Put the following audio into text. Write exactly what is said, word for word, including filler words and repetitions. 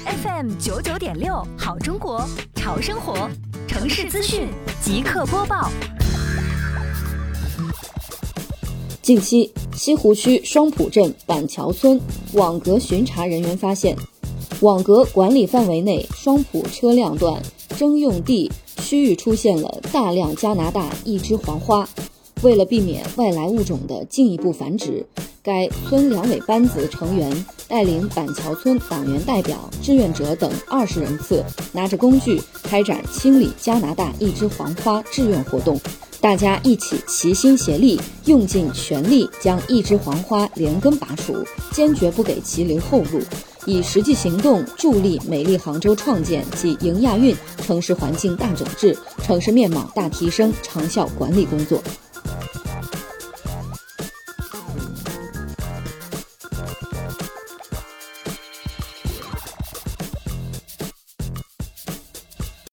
F M 九九点六，好中国，潮生活，城市资讯即刻播报。 近期，西湖区双浦镇板桥村网格巡查人员发现，网格管理范围内双浦车辆段征用地区域出现了大量加拿大一枝黄花。为了避免外来物种的进一步繁殖，该村两委班子成员带领板桥村党员代表、志愿者等二十人次，拿着工具开展清理加拿大一枝黄花志愿活动。大家一起齐心协力，用尽全力将一枝黄花连根拔除，坚决不给其留后路，以实际行动助力美丽杭州创建及迎亚运城市环境大整治、城市面貌大提升长效管理工作。